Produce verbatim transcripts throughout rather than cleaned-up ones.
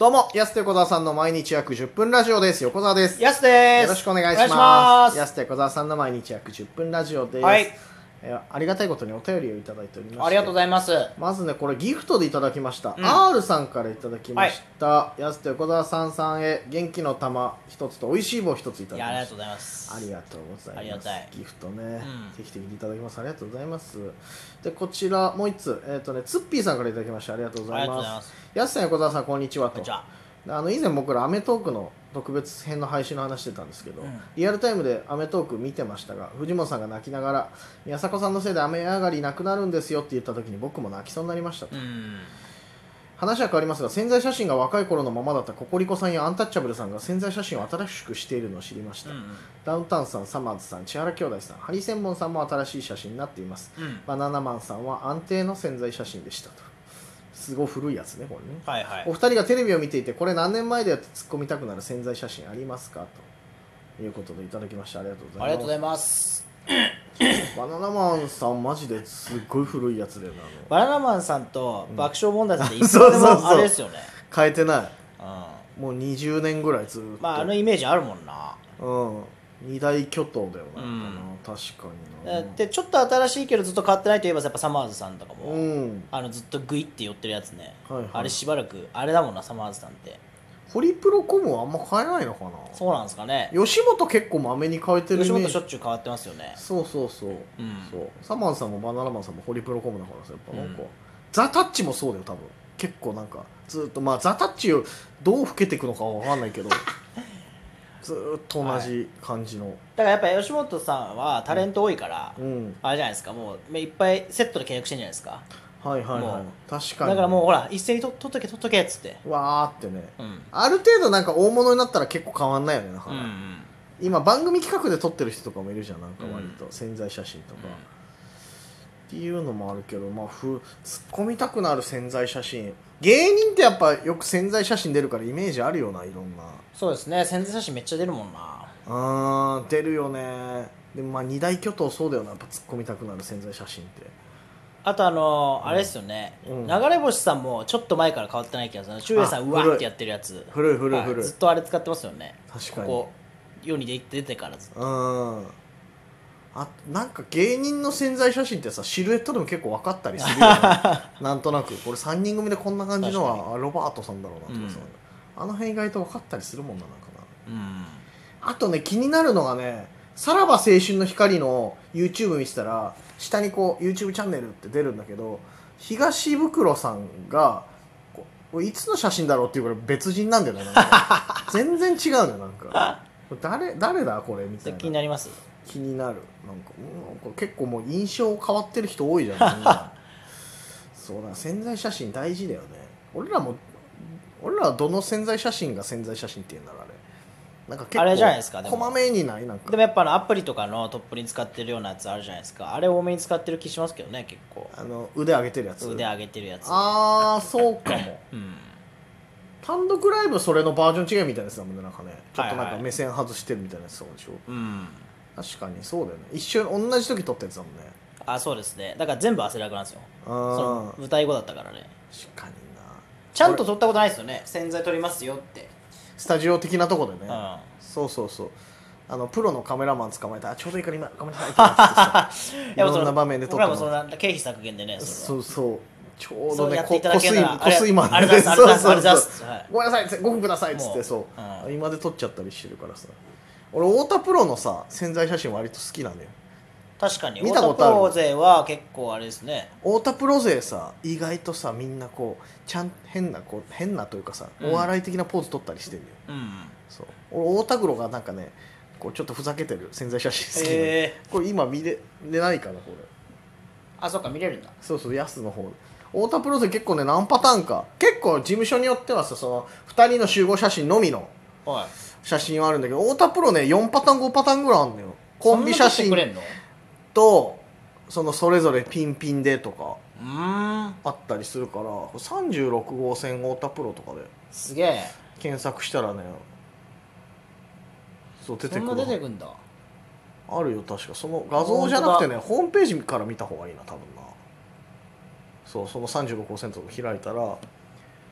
どうも、やすと横澤さんの毎日約じゅっぷんラジオです。横澤です。 やすです。 よろしくお願いします。 お願いします。 やすと横澤さんの毎日約じゅっぷんラジオです。 はい。 えーありがたいことにお便りをいただいておりまして、 ありがとうございます。 まずね、これギフトでいただきました、 うん、 R さんからいただきました、やすと横澤さんさんへ元気の玉一つと美味しい棒一ついただきました。 いや、ありがとうございます。 ありがとうございます。 ありがたいギフトね、 うん、 定期的にいただきます。ありがとうございます。で、こちらもう一つ、えっ、ー、とね、ツッピーさんからいただきました。ありがとうございます。やすさん、横澤さん、こんにちはと。 こんにちは。 あの以前僕らアメトークの特別編の配信の話してたんですけど、 うん、 リアルタイムでアメトーク見てましたが、藤本さんが泣きながら宮迫さんのせいで雨上がりなくなるんですよって言った時に僕も泣きそうになりましたと。 うん、 話は変わりますが、宣材写真が若い頃のままだったココリコさんやアンタッチャブルさんが宣材写真を新しくしているのを知りました。うんうん、ダウンタウンさん、サマーズさん、千原兄弟さん、ハリセンボンさんも新しい写真になっています。うん、バナナマンさんは安定の宣材写真でしたと。すごい古いやつね、これね。 はいはい、 お二人がテレビを見ていて、これ何年前でやって突っ込みたくなる宣材写真ありますかということでいただきました。ありがとうございます。 ありがとうございます。 バナナマンさんマジですっごい古いやつだよな。 バナナマンさんと爆笑問題さんっていつまでもあれですよね。 変えてない、 うん、 もうにじゅうねんぐらいずっと。 まああのイメージあるもんな。 うん二大巨頭だよな、うん、確かにな。 でちょっと新しいけどずっと変わってないといえばやっぱサマーズさんとかも、 うん、 あのずっとグイって寄ってるやつね、 はいはい、 あれしばらくあれだもんな、サマーズさんって。 ホリプロコムはあんま変えないのかな。 そうなんですかね。 吉本結構まめに変えてるイメージ。 吉本しょっちゅう変わってますよね。 そうそうそう、うん、そうサマンさんもバナナマンさんもホリプロコムだからさ、やっぱなんか、うん、ザ・タッチもそうだよ多分。結構なんかずっとまあザ・タッチをどう老けていくのかは分かんないけどずっと同じ感じの、はい、 だからやっぱり吉本さんはタレント多いから、うん、あれじゃないですか、もういっぱいセットで契約してるんじゃないですか。 はいはいはい、確かに。 だからもうほら一斉にと取っとけ取っとけっつってわーってね、うん、ある程度なんか大物になったら結構変わんないよね。なんか、うんうん、今番組企画で撮ってる人とかもいるじゃん、なんか割と、うん、宣材写真とか、うん、っていうのもあるけど、まあふ突っ込みたくなる宣材写真、芸人ってやっぱよく宣材写真出るからイメージあるよな、いろんな。 そうですね、宣材写真めっちゃ出るもんな。 あー出るよね。でもまあ二大巨頭そうだよな、やっぱ突っ込みたくなる宣材写真って。 あとあのー、あれですよね、うん、流れ星さんもちょっと前から変わってない気がする。中英さんうわーってやってるやつ、 古い古い古い、はい、 ずっとあれ使ってますよね。 確かにここ世に出てからずっと。 うんあなんか芸人の宣材写真ってさ、シルエットでも結構分かったりするよねなんとなくこれさんにん組でこんな感じのはロバートさんだろうなとかさ、うん、あの辺意外と分かったりするもんな、なんかな、うん、あとね気になるのがね、さらば青春の光の YouTube 見てたら下にこう YouTube チャンネルって出るんだけど、東袋さんがこういつの写真だろうっていうぐらい別人なんだよね。なんか全然違うのよ、なんか誰誰だこれみたいな。 気になります。 気になる。なんか、うん、結構もう印象変わってる人多いじゃんみんなそうだ、宣材写真大事だよね。俺らも俺らはどの宣材写真が宣材写真っていうんだろう、あれなんか結構あれじゃないですか。 こまめにない、なんかでもやっぱアプリとかのトップに使ってるようなやつあるじゃないですか。あれ多めに使ってる気しますけどね、結構。 あの腕上げてるやつ腕上げてるやつ。 ああそうかも、うん、単独ライブそれのバージョン違いみたいなやつだもんね、なんかね、ちょっとなんか目線外してるみたいなやつそうでしょ、うん、確かにそうだよね。一緒に同じ時撮ったやつだもんね。 あ、そうですね。だから全部汗だくなんですよ。その舞台後だったからね。 確かにな。 ちゃんと撮ったことないですよね、洗剤撮りますよってスタジオ的なとこでね、うん、そうそうそう、あのプロのカメラマン捕まえたらちょうどいいから今ごめんなさいって言っていろんな場面で撮ってもらって、 僕らもその経費削減でね、 そうそうちょうどねやっていただけたらこすいマンであれだすあれだすあれだすごめんなさいごふんくださいっつってそう、うん、今で撮っちゃったりしてるからさ。俺太田プロのさ宣材写真割と好きなんだよ。 確かに太田プロ勢は結構あれですね。 太田プロ勢さ意外とさみんなこうちゃん変なこう変なというかさ、うん、お笑い的なポーズ撮ったりしてるよ、うん、そう俺太田黒がなんかねこうちょっとふざけてる宣材写真好きなの、えー、これ今見れないかなこれ。 あ、そっか見れるんだ。 そうそうヤスの方太田プロ勢結構ね何パターンか結構事務所によってはさそのふたりの集合写真のみの写真はあるんだけど、太田プロねよんパターンごパターンぐらいあるんだよ。コンビ写真とそのそれぞれピンピンでとかあったりするからさんじゅうろく号線太田プロとかですげえ検索したらねそう出てくる。 そんな出てくんだ。 あるよ確か。その画像じゃなくてねホームページから見た方がいいな多分な。そうそのさんじゅうろく号線とか開いたら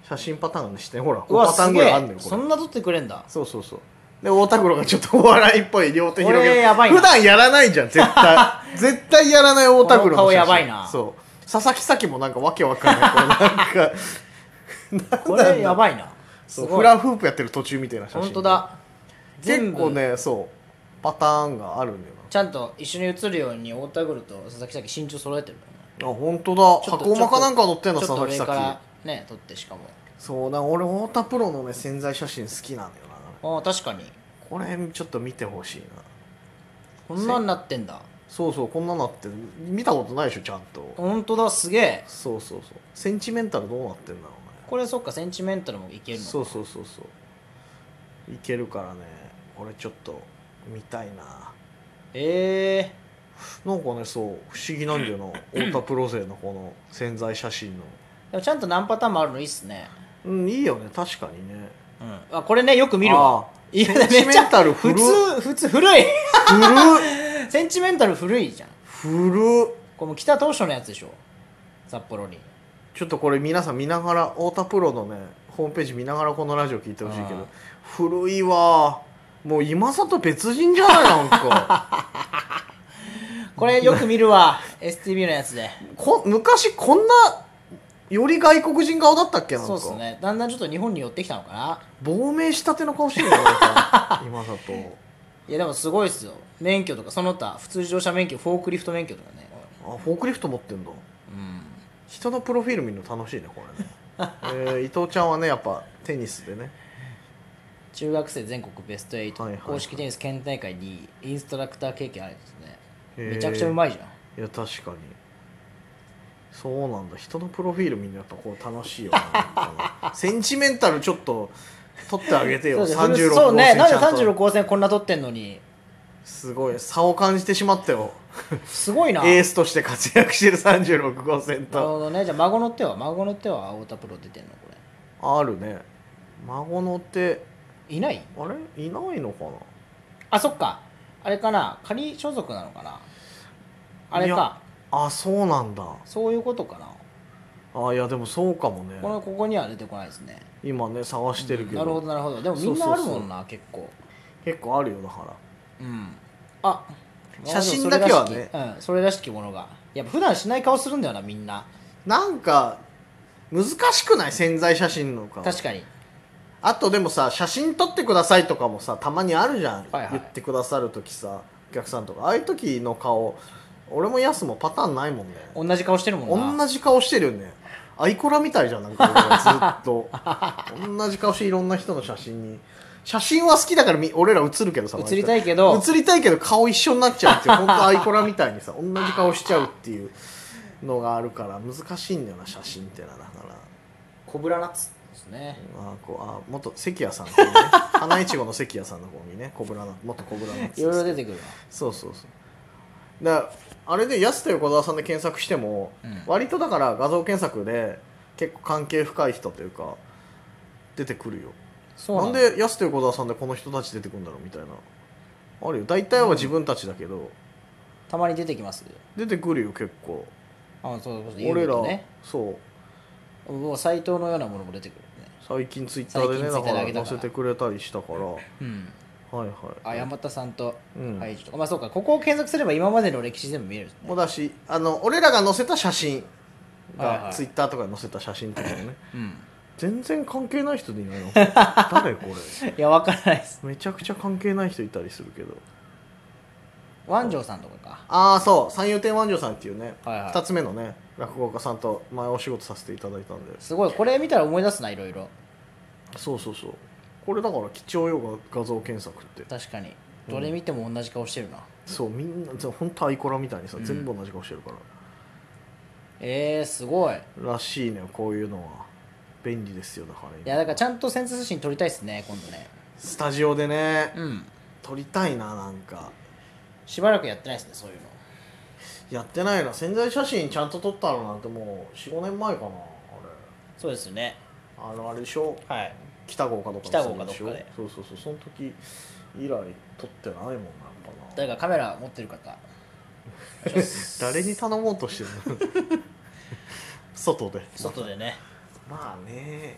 写真パターンにしてほらうわごパターンぐらいあるんだよすげえそんな撮ってくれんだ。 そうそうそう。で太田黒がちょっとお笑いっぽい両手広げてこれやばいな普段やらないじゃん絶対絶対やらない太田黒の写真。 この顔やばいな。 そう佐々木咲もなんかわけわかんないこうなんかこれやばいな。すごいそうフラフープやってる途中みたいな写真。 本当だ。 結構ねそうパターンがあるんだよちゃんと一緒に写るように太田黒と佐々木咲身長揃えてるな。あ本当だ。 ちょっと箱馬かなんか乗ってんのちょっと佐々木咲。 上からね撮ってしかもそうだ俺太田プロのね宣材写真好きなんだよな。 ああ確かにこれちょっと見てほしいな。 こんなんなってんだ。 そうそうこんなのあって見たことないでしょちゃんと。 本当だすげえ。 そうそうそうセンチメンタルどうなってんだろこれそっかセンチメンタルもいけるのか。 そうそうそうそういけるからねこれちょっと見たいな。 ええなんかねそう不思議なんだよな太田プロ勢のこの宣材写真のでもちゃんと何パターンもあるのいいっすね。 うんいいよね確かにね。 うんあこれねよく見るわ。 あいやセンチメンタル古っ普通普通古い古っセンチメンタル古いじゃん。 古っ。 これもう北当初のやつでしょ札幌に。 ちょっとこれ皆さん見ながら太田プロのねホームページ見ながらこのラジオ聞いてほしいけあど古いわもう今里別人じゃないなんかこれよく見るわエスティービー のやつで。 こ昔こんなより外国人顔だったっけなんか。 そうっすねだんだんちょっと日本に寄ってきたのかな。 亡命したての顔してるよなんか今里。 いやでもすごいっすよ免許とかその他普通自動車免許フォークリフト免許とかね。 あフォークリフト持ってんだ。 うん人のプロフィール見るの楽しいねこれね、えー、伊藤ちゃんはねやっぱテニスでね中学生全国ベストはち、 はいはいはい公式テニス県大会にインストラクター経験あるんですね。 へーめちゃくちゃうまいじゃん。 いや確かにそうなんだ人のプロフィール見るのやっぱこう楽しいよななんかセンチメンタルちょっと取ってあげてよそうですさんじゅうろくそうねなんで号線ちゃんとさんじゅうろく号線こんな取ってんのに。 すごい差を感じてしまったよすごいな。 エースとして活躍してるさんじゅうろく号線なるとほどね。じゃあ孫の手は孫の手は太田プロ出てんのこあるね孫の手れいない。 あれいないのかな。 あそっかあれかな仮所属なのかなあれいやかあそうなんだ。 そういうことかな。 あいやでもそうかもねこのここには出てこないですね。 今ね探してるけど、 なるほどなるほど。でもみんなあるもんな結構。 結構あるよだからうんあ写真だけはねそれらしきうんそれらしきものがやっぱ普段しない顔するんだよなみんな。 なんか難しくない宣材写真の顔。 確かに。 あとでもさ写真撮ってくださいとかもさたまにあるじゃん、 はいはい言ってくださる時さお客さんとかああいう時の顔俺もヤスもパターンないもんね。 同じ顔してるもんな。 同じ顔してるよねアイコラみたいじゃんなんか俺はずっと同じ顔していろんな人の写真に写真は好きだからみ俺ら写るけどさ写りたいけど写りたいけど顔一緒になっちゃうっていう本当アイコラみたいにさ同じ顔しちゃうっていうのがあるから難しいんだよな写真ってのは。だからコブラナッツですね。 あこうあ元関谷さんの方にね花いちごの関谷さんの方にねコブラナ元コブラナッツいろいろ出てくるわ。 そうそうそうだからあれで安田横澤さんで検索しても、 うん、 割とだから画像検索で結構関係深い人というか出てくるよ。 そうなんで安田横澤さんでこの人たち出てくるんだろうみたいなあるよ。大体は自分たちだけど、 たまに出てきます。 出てくるよ結構。 あそうそう俺ら、 ね、 そうもうサイトのようなものも出てくるね。 最近ツイッターでねだから載せてくれたりしたから、 うんはいはいあ山田さんとうんハイジとか、まあそうかここを検索すれば今までの歴史全部見えるんですね。 もだしあの俺らが載せた写真が、 はいはいツイッターとかに載せた写真とかもねうん全然関係ない人でいないの誰これいやわからないですめちゃくちゃ関係ない人いたりするけど。 湾城さんとかか。 ああそう三遊亭湾城さんっていうね、 はいはいふたつめのね落語家さんと前お仕事させていただいたんで。 すごいこれ見たら思い出すないろいろ。 そうそうそうこれだから貴重よ画像検索って確かにどれ見ても同じ顔してるな、 そうみんな本当アイコラみたいにさ、 うん全部同じ顔してるからえー、すごい。いらしいねこういうのは便利ですよだから今やだからちゃんと宣伝写真撮りたいっすね今度ね。 スタジオでね、 うん撮りたいななんかしばらくやってないですねそういうの。 やってないな宣材写真ちゃんと撮ったのなんてもう よん,ご 年前かなあれそうですよね。 あのあれでしょはい北郷かどっか北郷かでしょどっかでそうそうそうその時以来撮ってないもんなやっぱ誰かカメラ持ってる方な誰に頼もうとしてるの外で外でねまあね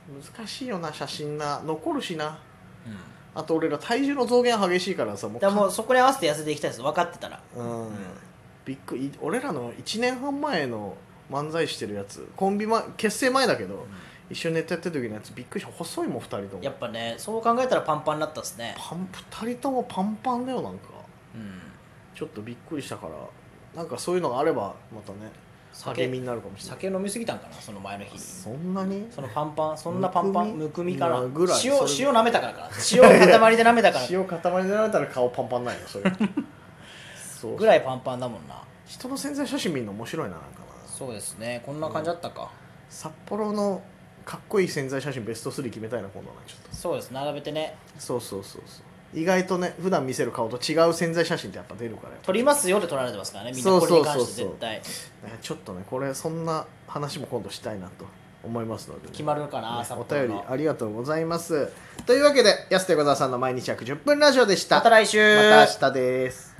難しいよな写真な残るしな。 うんあと俺ら体重の増減激しいからさもうでもうそこに合わせて痩せていきたいです分かってたら。 うん、びっくり俺らのいちねんはん前の漫才してるやつコンビ、ま、結成前だけど、うん、一緒にネタやってる時のやつびっくりした細いもんふたりともやっぱねそう考えたらパンパンになったっすね。 パンふたりともパンパンだよなんか、 うん、 ちょっとびっくりしたからなんかそういうのがあればまたね励みになるかもしれない。 酒飲みすぎたんかなその前の日に。 そんなにそのパンパンそんなパンパンむくみかなぐらい塩塩舐めたからかな塩塊で舐めたから塩塊で舐めたら顔パンパンないのそれそうぐらいパンパンだもんな。 人の潜在写真見るの面白いななんかな。 そうですねこんな感じだったか、うん、 札幌のかっこいい潜在写真ベストスリー決めたいな今度はちょっと。 そうです並べてね。 そうそうそうそう意外とね普段見せる顔と違う潜在写真ってやっぱ出るから撮りますよで撮られてますからねみんなこれに関して絶対。 ちょっとねこれそんな話も今度したいなと思いますので、ね、 決まるのかな、ね、 お便りありがとうございます。というわけで安手小沢さんの毎日約じゅっぷんラジオでした。 また来週また明日です。